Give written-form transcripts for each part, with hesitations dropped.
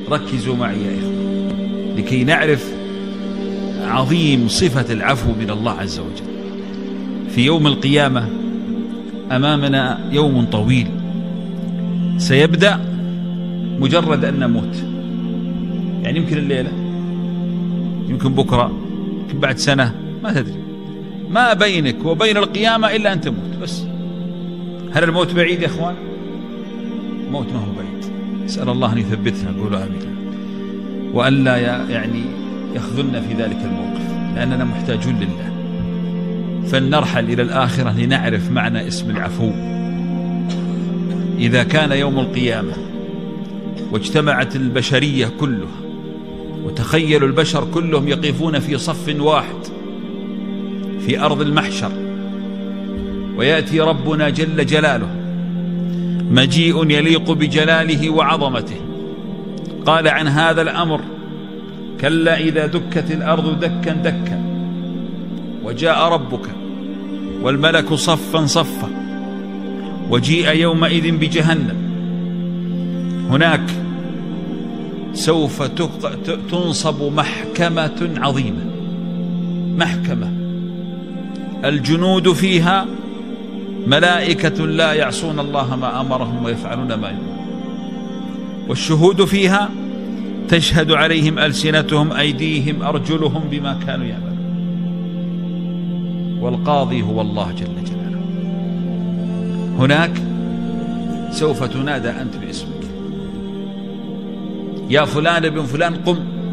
ركزوا معي يا إخوة لكي نعرف عظيم صفة العفو من الله عز وجل. في يوم القيامة أمامنا يوم طويل سيبدأ مجرد أن نموت، يعني يمكن الليلة، يمكن بكرة، يمكن بعد سنة، ما تدري. ما بينك وبين القيامة إلا أن تموت بس. هل الموت بعيد يا إخوان؟ الموت ما هو بعيد. أسأل الله أن يثبتنا، قولوا آمين، وأن لا يعني يخذلنا في ذلك الموقف، لأننا محتاجون لله. فلنرحل إلى الآخرة لنعرف معنى اسم العفو. إذا كان يوم القيامة واجتمعت البشرية كلها، وتخيلوا البشر كلهم يقفون في صف واحد في أرض المحشر، ويأتي ربنا جل جلاله مجيء يليق بجلاله وعظمته. قال عن هذا الأمر: كلا إذا دكت الأرض دكا دكا وجاء ربك والملك صفا صفا وجيء يومئذ بجهنم. هناك سوف تنصب محكمة عظيمة، محكمة الجنود فيها ملائكة لا يعصون الله ما أمرهم ويفعلون ما يؤمرون، والشهود فيها تشهد عليهم ألسنتهم أيديهم أرجلهم بما كانوا يعملون، والقاضي هو الله جل جلاله. هناك سوف تنادى أنت باسمك: يا فلان بن فلان قم.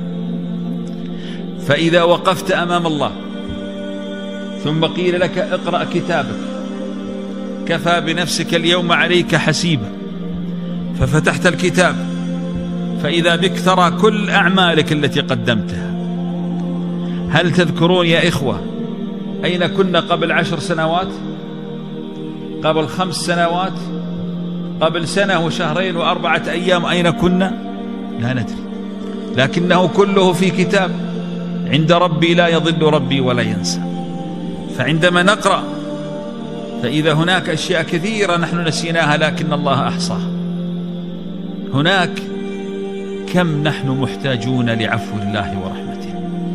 فإذا وقفت أمام الله ثم قيل لك: اقرأ كتابك كفى بنفسك اليوم عليك حسيبا، ففتحت الكتاب فإذا بك ترى كل أعمالك التي قدمتها. هل تذكرون يا إخوة أين كنا قبل 10 سنوات؟ قبل 5 سنوات؟ قبل سنة وشهرين و4 أيام أين كنا؟ لا ندري، لكنه كله في كتاب عند ربي لا يضل ربي ولا ينسى. فعندما نقرأ فإذا هناك أشياء كثيرة نحن نسيناها لكن الله أحصاها. هناك كم نحن محتاجون لعفو الله ورحمته.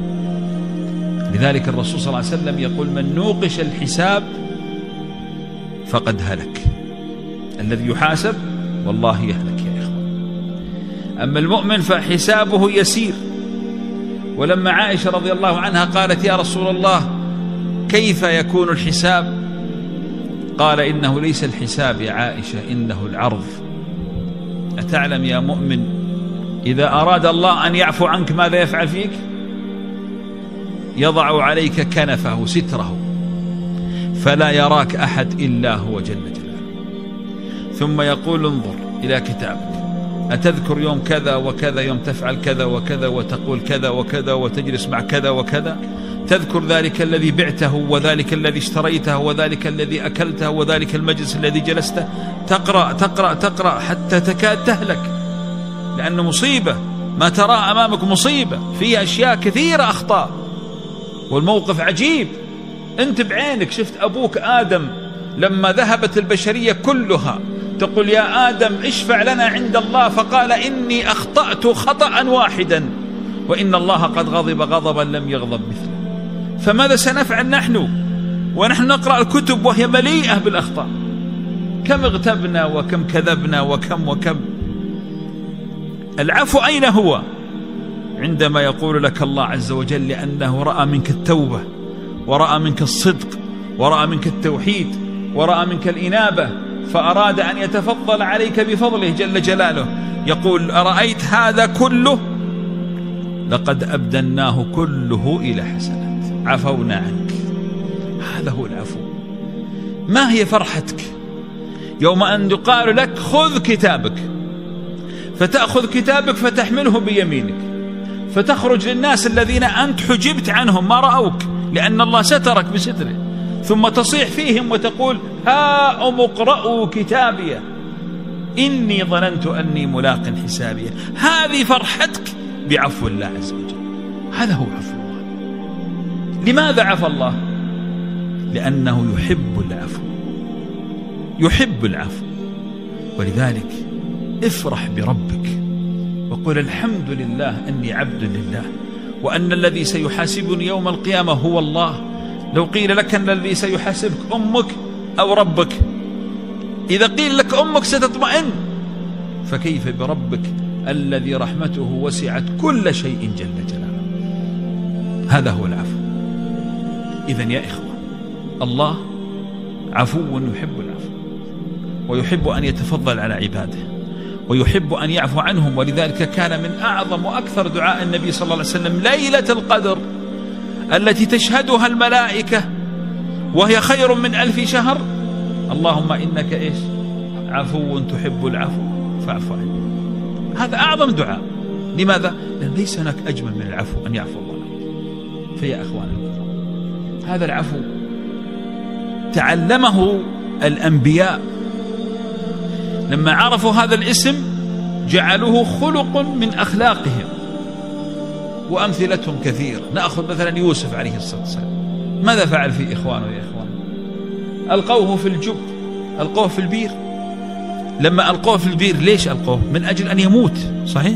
لذلك الرسول صلى الله عليه وسلم يقول: من نوقش الحساب فقد هلك. الذي يحاسب والله يهلك يا إخوة. أما المؤمن فحسابه يسير. ولما عائشة رضي الله عنها قالت: يا رسول الله كيف يكون الحساب؟ قال: إنه ليس الحساب يا عائشة، إنه العرض. أتعلم يا مؤمن إذا أراد الله أن يعفو عنك ماذا يفعل فيك؟ يضع عليك كنفه ستره فلا يراك أحد إلا هو جل جلاله، ثم يقول: انظر إلى كتابك، أتذكر يوم كذا وكذا، يوم تفعل كذا وكذا وتقول كذا وكذا وتجلس مع كذا وكذا، تذكر ذلك الذي بعته وذلك الذي اشتريته وذلك الذي أكلته وذلك المجلس الذي جلسته. تقرأ تقرأ تقرأ حتى تكاد تهلك، لأنه مصيبة، ما ترى أمامك مصيبة فيها أشياء كثيرة أخطاء. والموقف عجيب، أنت بعينك شفت أبوك آدم لما ذهبت البشرية كلها تقول: يا آدم اشفع لنا عند الله، فقال: إني أخطأت خطأ واحدا وإن الله قد غضب غضبا لم يغضب مثله. فماذا سنفعل نحن ونحن نقرأ الكتب وهي مليئة بالأخطاء؟ كم اغتبنا وكم كذبنا وكم. العفو أين هو؟ عندما يقول لك الله عز وجل لأنه رأى منك التوبة ورأى منك الصدق ورأى منك التوحيد ورأى منك الإنابة، فأراد أن يتفضل عليك بفضله جل جلاله. يقول: أرأيت هذا كله؟ لقد أبدلناه كله إلى حسنات، عفونا عنك. هذا هو العفو. ما هي فرحتك يوم أن يقال لك: خذ كتابك، فتأخذ كتابك فتحمله بيمينك، فتخرج للناس الذين أنت حجبت عنهم ما رأوك لأن الله سترك بستره، ثم تصيح فيهم وتقول: ها اقرأوا كتابي إني ظننت أني ملاق حسابي. هذه فرحتك بعفو الله عز وجل. هذا هو عفو الله. لماذا عفى الله؟ لأنه يحب العفو، يحب العفو. ولذلك افرح بربك وقل الحمد لله أني عبد لله، وأن الذي سيحاسبني يوم القيامة هو الله. لو قيل لك أن الذي سيحاسبك أمك أو ربك، إذا قيل لك أمك ستطمئن، فكيف بربك الذي رحمته وسعت كل شيء جل جلاله. هذا هو العفو. إذن يا إخوة، الله عفو يحب العفو، ويحب أن يتفضل على عباده، ويحب أن يعفو عنهم. ولذلك كان من أعظم وأكثر دعاء النبي صلى الله عليه وسلم ليلة القدر التي تشهدها الملائكة وهي خير من 1000 شهر: اللهم إنك إيش؟ عفو تحب العفو فاعف عني. هذا أعظم دعاء. لماذا؟ لأن ليس هناك أجمل من العفو، أن يعفو الله عنك. فيا أخواني الكرام، هذا العفو تعلمه الأنبياء، لما عرفوا هذا الاسم جعلوه خلق من أخلاقهم، وأمثلتهم كثيرة. نأخذ مثلا يوسف عليه الصلاة والسلام، ماذا فعل في إخوانه يا إخوان؟ ألقوه في الجب، ألقوه في البير. لما ألقوه في البير ليش ألقوه؟ من أجل أن يموت، صحيح؟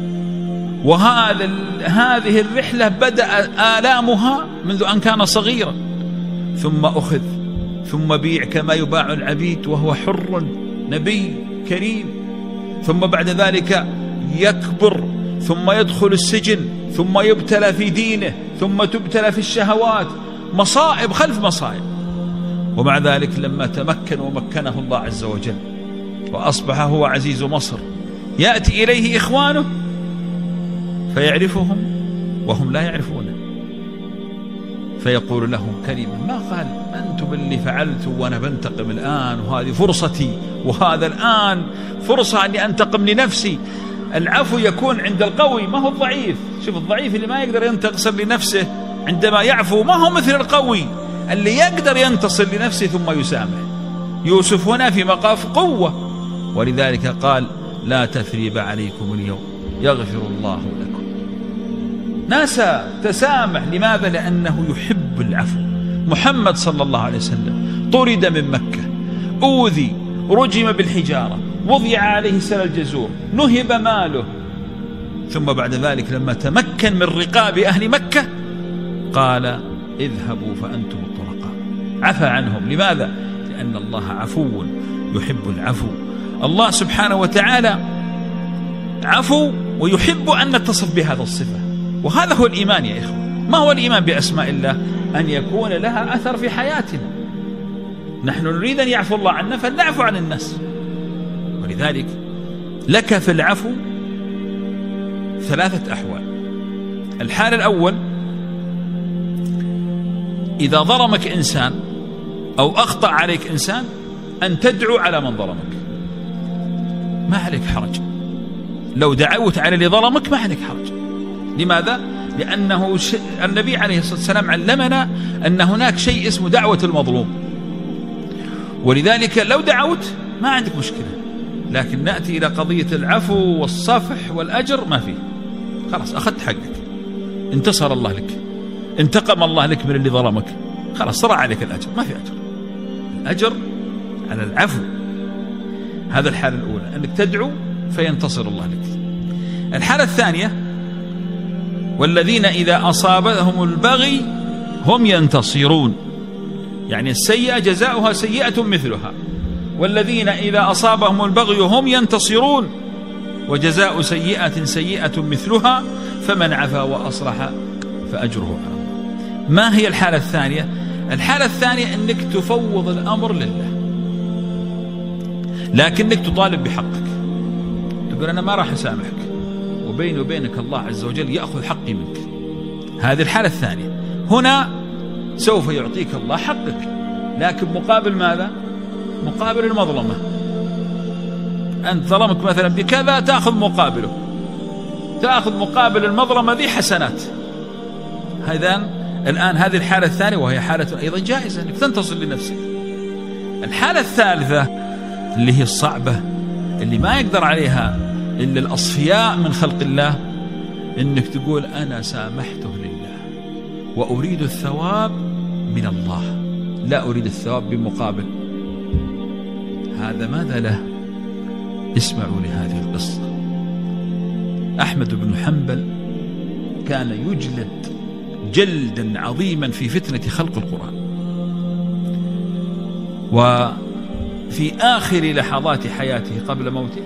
هذه الرحلة بدأ آلامها منذ أن كان صغيرا، ثم أخذ، ثم بيع كما يباع العبيد وهو حر نبي كريم، ثم بعد ذلك يكبر، ثم يدخل السجن، ثم يبتلى في دينه، ثم تبتلى في الشهوات، مصائب خلف مصائب. ومع ذلك لما تمكن ومكنه الله عز وجل وأصبح هو عزيز مصر، يأتي إليه إخوانه فيعرفهم وهم لا يعرفونه، فيقول لهم كلمة ما قال: أنتم اللي فعلتوا وأنا بنتقم الآن، وهذه فرصتي، وهذا الآن فرصة أني أنتقم لنفسي. العفو يكون عند القوي، ما هو الضعيف. شوف، الضعيف اللي ما يقدر ينتصر لنفسه عندما يعفو ما هو مثل القوي اللي يقدر ينتصر لنفسه ثم يسامح. يوسف هنا في مقاف قوة، ولذلك قال: لا تثريب عليكم اليوم يغفر الله لكم. ناسا تسامح. لماذا؟ لأنه يحب العفو. محمد صلى الله عليه وسلم طرد من مكة، أوذي، رجم بالحجارة، وضع عليه سل الجزور، نهب ماله، ثم بعد ذلك لما تمكن من رقاب أهل مكة قال: اذهبوا فأنتم الطلقاء. عفى عنهم. لماذا؟ لأن الله عفو يحب العفو. الله سبحانه وتعالى عفو ويحب أن نتصف بهذا الصفة، وهذا هو الإيمان يا إخوة. ما هو الإيمان بأسماء الله؟ أن يكون لها أثر في حياتنا. نحن نريد أن يعفو الله عنا فلنعفو عن الناس. ولذلك لك في العفو 3 أحوال. الحال الأول: إذا ظلمك إنسان أو أخطأ عليك إنسان أن تدعو على من ظلمك، ما عليك حرج. لو دعوت على اللي ظلمك ما عليك حرج. لماذا؟ لأنه النبي عليه الصلاة والسلام علمنا أن هناك شيء اسمه دعوة المظلوم، ولذلك لو دعوت ما عندك مشكلة. لكن نأتي إلى قضية العفو والصفح والأجر، ما فيه. خلاص أخذت حقك، انتصر الله لك، انتقم الله لك من اللي ظلمك، خلاص صار عليك الأجر، ما في أجر. الأجر على العفو. هذا الحالة الأولى، أنك تدعو فينتصر الله لك. الحالة الثانية: والذين إذا أصابهم البغي هم ينتصرون، يعني السيئة جزاؤها سيئة مثلها. والذين إذا أصابهم البغي هم ينتصرون، وجزاء سيئة سيئة مثلها، فمن عفا وأصلح فأجره على الله. ما هي الحالة الثانية؟ الحالة الثانية أنك تفوض الأمر لله، لكنك تطالب بحقك، تقول أنا ما راح أسامحك، وبيني وبينك الله عز وجل يأخذ حقي منك. هذه الحالة الثانية. هنا سوف يعطيك الله حقك، لكن مقابل ماذا؟ مقابل المظلمة. أنت ظلمك مثلا بكذا، تأخذ مقابله، تأخذ مقابل المظلمة ذي حسنات. الآن هذه الحالة الثانية، وهي حالة أيضا جائزة أنك تنتصر لنفسك. الحالة الثالثة اللي هي الصعبة، اللي ما يقدر عليها إلا الأصفياء من خلق الله، إنك تقول أنا سامحته لله وأريد الثواب من الله، لا أريد الثواب بمقابل. هذا ماذا له؟ اسمعوا لهذه القصة. أحمد بن حنبل كان يجلد جلدا عظيما في فتنة خلق القرآن. وفي آخر لحظات حياته قبل موته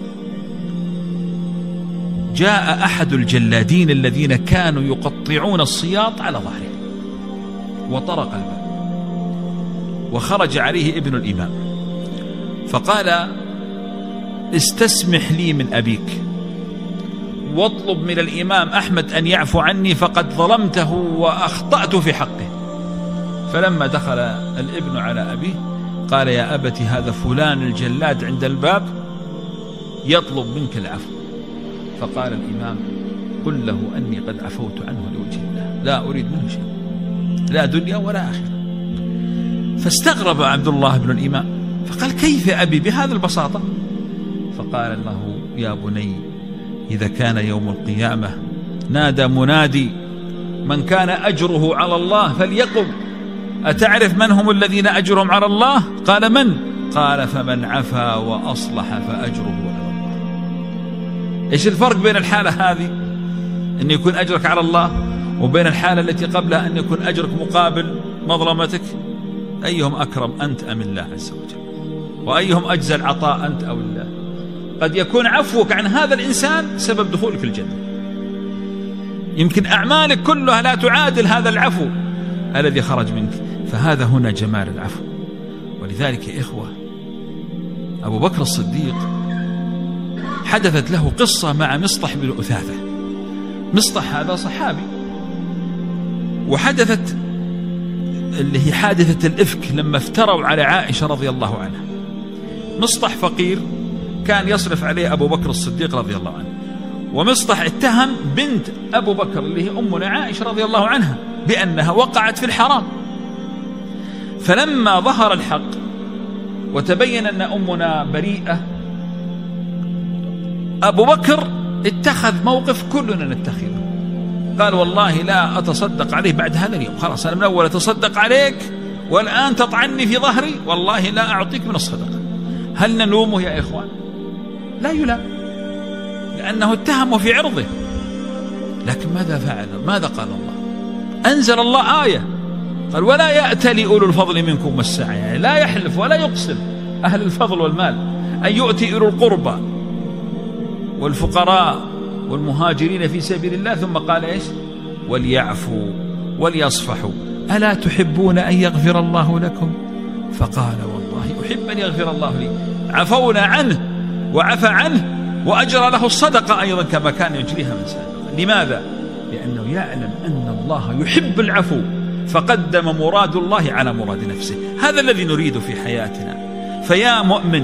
جاء أحد الجلادين الذين كانوا يقطعون السياط على ظهره وطرق الباب، وخرج عليه ابن الإمام فقال: استسمح لي من أبيك واطلب من الإمام أحمد أن يعفو عني فقد ظلمته وأخطأت في حقه. فلما دخل الابن على أبيه قال: يا أبت هذا فلان الجلاد عند الباب يطلب منك العفو. فقال الإمام: قل له أني قد عفوت عنه لوجه الله، لا أريد منه شيء، لا دنيا ولا آخرة. فاستغرب عبد الله بن الإمام فقال: كيف أبي بهذه البساطة؟ فقال له: يا بني، إذا كان يوم القيامة نادى منادي: من كان أجره على الله فليقم. أتعرف من هم الذين أجرهم على الله؟ قال: من؟ قال: فمن عفا وأصلح فأجره على الله. إيش الفرق بين الحالة هذه أن يكون أجرك على الله وبين الحالة التي قبلها أن يكون أجرك مقابل مظلمتك؟ أيهم أكرم، أنت أم الله عز وجل؟ وأيهم أجزل العطاء، أنت أو الله؟ قد يكون عفوك عن هذا الإنسان سبب دخولك الجنة، يمكن أعمالك كلها لا تعادل هذا العفو الذي خرج منك. فهذا هنا جمال العفو. ولذلك يا إخوة، أبو بكر الصديق حدثت له قصة مع مصطح بن أثاثة. مصطح هذا صحابي، وحدثت اللي هي حادثة الإفك لما افتروا على عائشة رضي الله عنها. مصطح فقير كان يصرف عليه أبو بكر الصديق رضي الله عنه، ومصطح اتهم بنت أبو بكر اللي هي أمنا عائشة رضي الله عنها بأنها وقعت في الحرام. فلما ظهر الحق وتبين أن أمنا بريئة، أبو بكر اتخذ موقف كلنا نتخذه، قال: والله لا أتصدق عليه بعد هذا اليوم، خلاص أنا من أول أتصدق عليك والآن تطعني في ظهري، والله لا أعطيك من الصدقة. هل نلومه يا إخوان؟ لا يلام، لأنه اتهم في عرضه. لكن ماذا فعل؟ ماذا قال الله؟ أنزل الله آية قال: ولا يأتل أولو الفضل منكم والسعة، يعني لا يحلف ولا يقسم أهل الفضل والمال أن يؤتي أولو القربى والفقراء والمهاجرين في سبيل الله، ثم قال إيش؟ وليعفوا وليصفحوا، ألا تحبون أن يغفر الله لكم؟ فقال: والله أحب أن يغفر الله لي. عفونا عنه وعفى عنه وأجرى له الصدقة أيضا كما كان يجريها من سابقا. لماذا؟ لأنه يعلم أن الله يحب العفو، فقدم مراد الله على مراد نفسه. هذا الذي نريد في حياتنا. فيا مؤمن،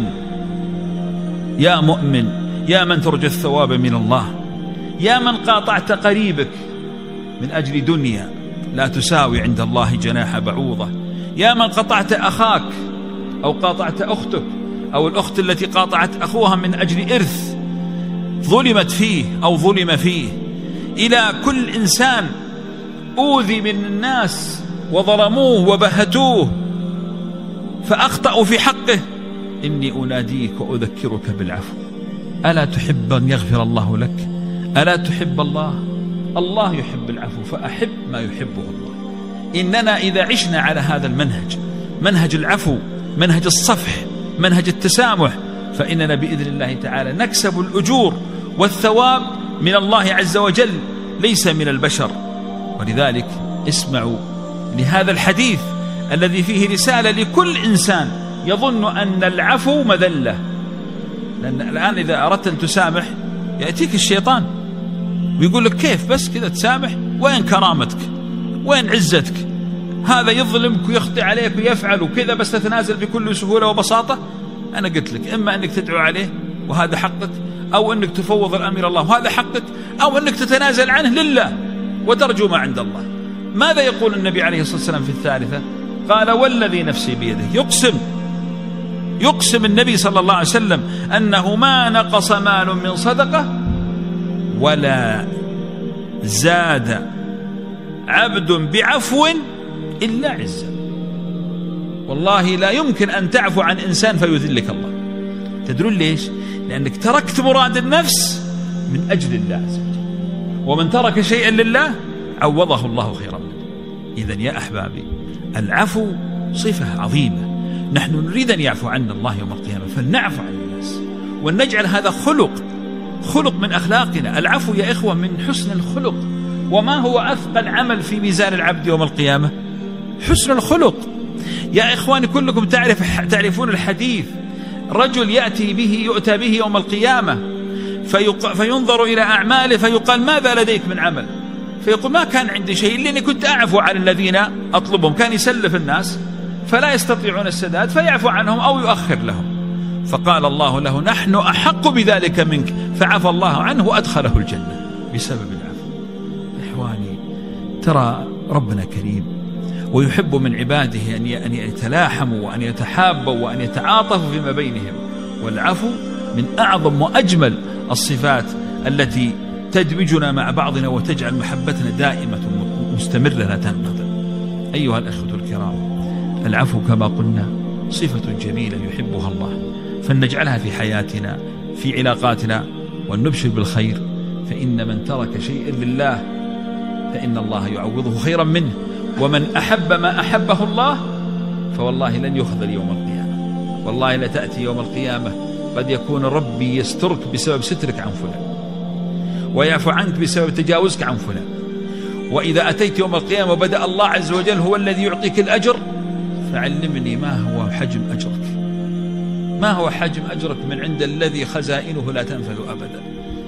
يا مؤمن، يا من ترجو الثواب من الله، يا من قاطعت قريبك من أجل دنيا لا تساوي عند الله جناح بعوضة، يا من قطعت أخاك أو قاطعت أختك أو الأخت التي قاطعت أخوها من أجل إرث ظلمت فيه أو ظلم فيه، إلى كل إنسان أوذي من الناس وظلموه وبهتوه فأخطأوا في حقه، إني أناديك وأذكرك بالعفو. ألا تحب أن يغفر الله لك؟ ألا تحب الله؟ الله يحب العفو، فأحب ما يحبه الله. إننا إذا عشنا على هذا المنهج، منهج العفو، منهج الصفح، منهج التسامح، فإننا بإذن الله تعالى نكسب الأجور والثواب من الله عز وجل، ليس من البشر. ولذلك اسمعوا لهذا الحديث الذي فيه رسالة لكل إنسان يظن أن العفو مذلة. لأن الآن إذا أردت أن تسامح يأتيك الشيطان ويقول لك: كيف بس كذا تسامح؟ وين كرامتك؟ وين عزتك؟ هذا يظلمك ويخطئ عليك ويفعل وكذا بس تتنازل بكل سهولة وبساطة. أنا قلت لك إما أنك تدعو عليه وهذا حقك، أو أنك تفوض الأمر إلى الله وهذا حقك، أو أنك تتنازل عنه لله وترجو ما عند الله. ماذا يقول النبي عليه الصلاة والسلام في الثالثة؟ قال: والذي نفسي بيده. يقسم النبي صلى الله عليه وسلم أنه ما نقص مال من صدقة ولا زاد عبد بعفو إلا عزا. والله لا يمكن أن تعفو عن إنسان فيذلك الله. تدرون ليش؟ لأنك تركت مراد النفس من أجل الله عز وجل، ومن ترك شيئا لله عوضه الله خيرا منه. إذن يا أحبابي، العفو صفة عظيمة، نحن نريد أن يعفو عنا الله يوم القيامة، فلنعفو عن الناس ولنجعل هذا خلق من أخلاقنا. العفو يا إخوة من حسن الخلق. وما هو أثقل عمل في ميزان العبد يوم القيامة؟ حسن الخلق. يا إخواني كلكم تعرفون الحديث، رجل يؤتى به يوم القيامة فينظر إلى أعماله فيقال ماذا لديك من عمل؟ فيقول ما كان عندي شيء لأني كنت أعفو عن الذين أطلبهم. كان يسلف الناس فلا يستطيعون السداد فيعفو عنهم أو يؤخر لهم. فقال الله له نحن أحق بذلك منك، فعفى الله عنه وأدخله الجنة بسبب العفو. إخواني ترى ربنا كريم ويحب من عباده أن يتلاحموا وأن يتحابوا وأن يتعاطفوا فيما بينهم، والعفو من أعظم وأجمل الصفات التي تدمجنا مع بعضنا وتجعل محبتنا دائمة مستمرة لا تنقطع. أيها الأخوة الكرام، العفو كما قلنا صفة جميلة يحبها الله، فلنجعلها في حياتنا في علاقاتنا ونبشر بالخير، فإن من ترك شيئا لله فإن الله يعوضه خيرا منه، ومن أحب ما أحبه الله فوالله لن يخذل يوم القيامة. والله لتأتي يوم القيامة قد يكون ربي يسترك بسبب سترك عن فلان ويعفو عنك بسبب تجاوزك عن فلان. وإذا أتيت يوم القيامة وبدأ الله عز وجل هو الذي يعطيك الأجر فعلمني ما هو حجم أجرك، ما هو حجم أجرك من عند الذي خزائنه لا تنفذ أبدا.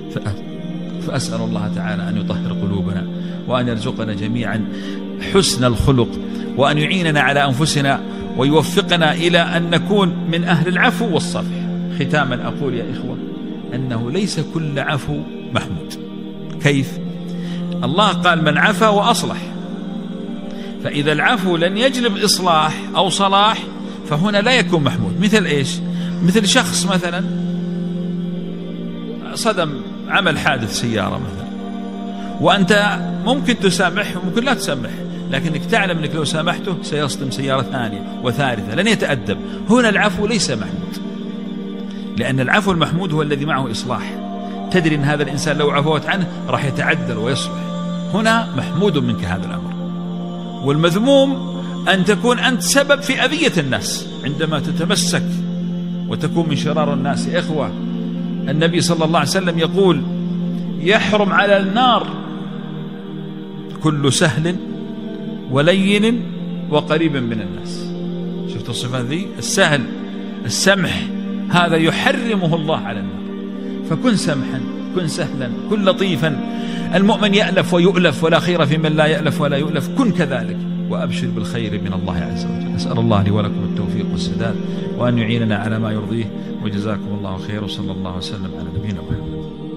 فأسأل الله تعالى أن يطهر قلوبنا وأن يرزقنا جميعا حسن الخلق، وأن يعيننا على أنفسنا ويوفقنا إلى أن نكون من أهل العفو والصفح. ختاما أقول يا إخوة أنه ليس كل عفو محمود. كيف؟ الله قال من عفا وأصلح، فإذا العفو لن يجلب إصلاح أو صلاح فهنا لا يكون محمود. مثل إيش؟ مثل شخص مثلا صدم عمل حادث سيارة مثلا، وأنت ممكن تسامحه وممكن لا تسامحه، لكنك تعلم أنك لو سامحته سيصدم سيارة ثانية وثالثة لن يتأدب. هنا العفو ليس محمود، لأن العفو المحمود هو الذي معه إصلاح، تدري أن هذا الإنسان لو عفوت عنه راح يتعدل ويصلح. هنا محمود منك هذا الأمر. والمذموم أن تكون أنت سبب في أذية الناس عندما تتمسك وتكون من شرار الناس. يا إخوة النبي صلى الله عليه وسلم يقول يحرم على النار كل سهل ولين وقريب من الناس. شفت الصفات ذي؟ السهل السمح هذا يحرمه الله على النار، فكن سمحا كن سهلا كن لطيفا. المؤمن يألف ويؤلف ولا خير في من لا يألف ولا يؤلف، كن كذلك وأبشر بالخير من الله عز وجل. أسأل الله لي ولكم التوفيق والسداد وأن يعيننا على ما يرضيه، وجزاكم الله خير، وصلى الله وسلم على نبينا محمد.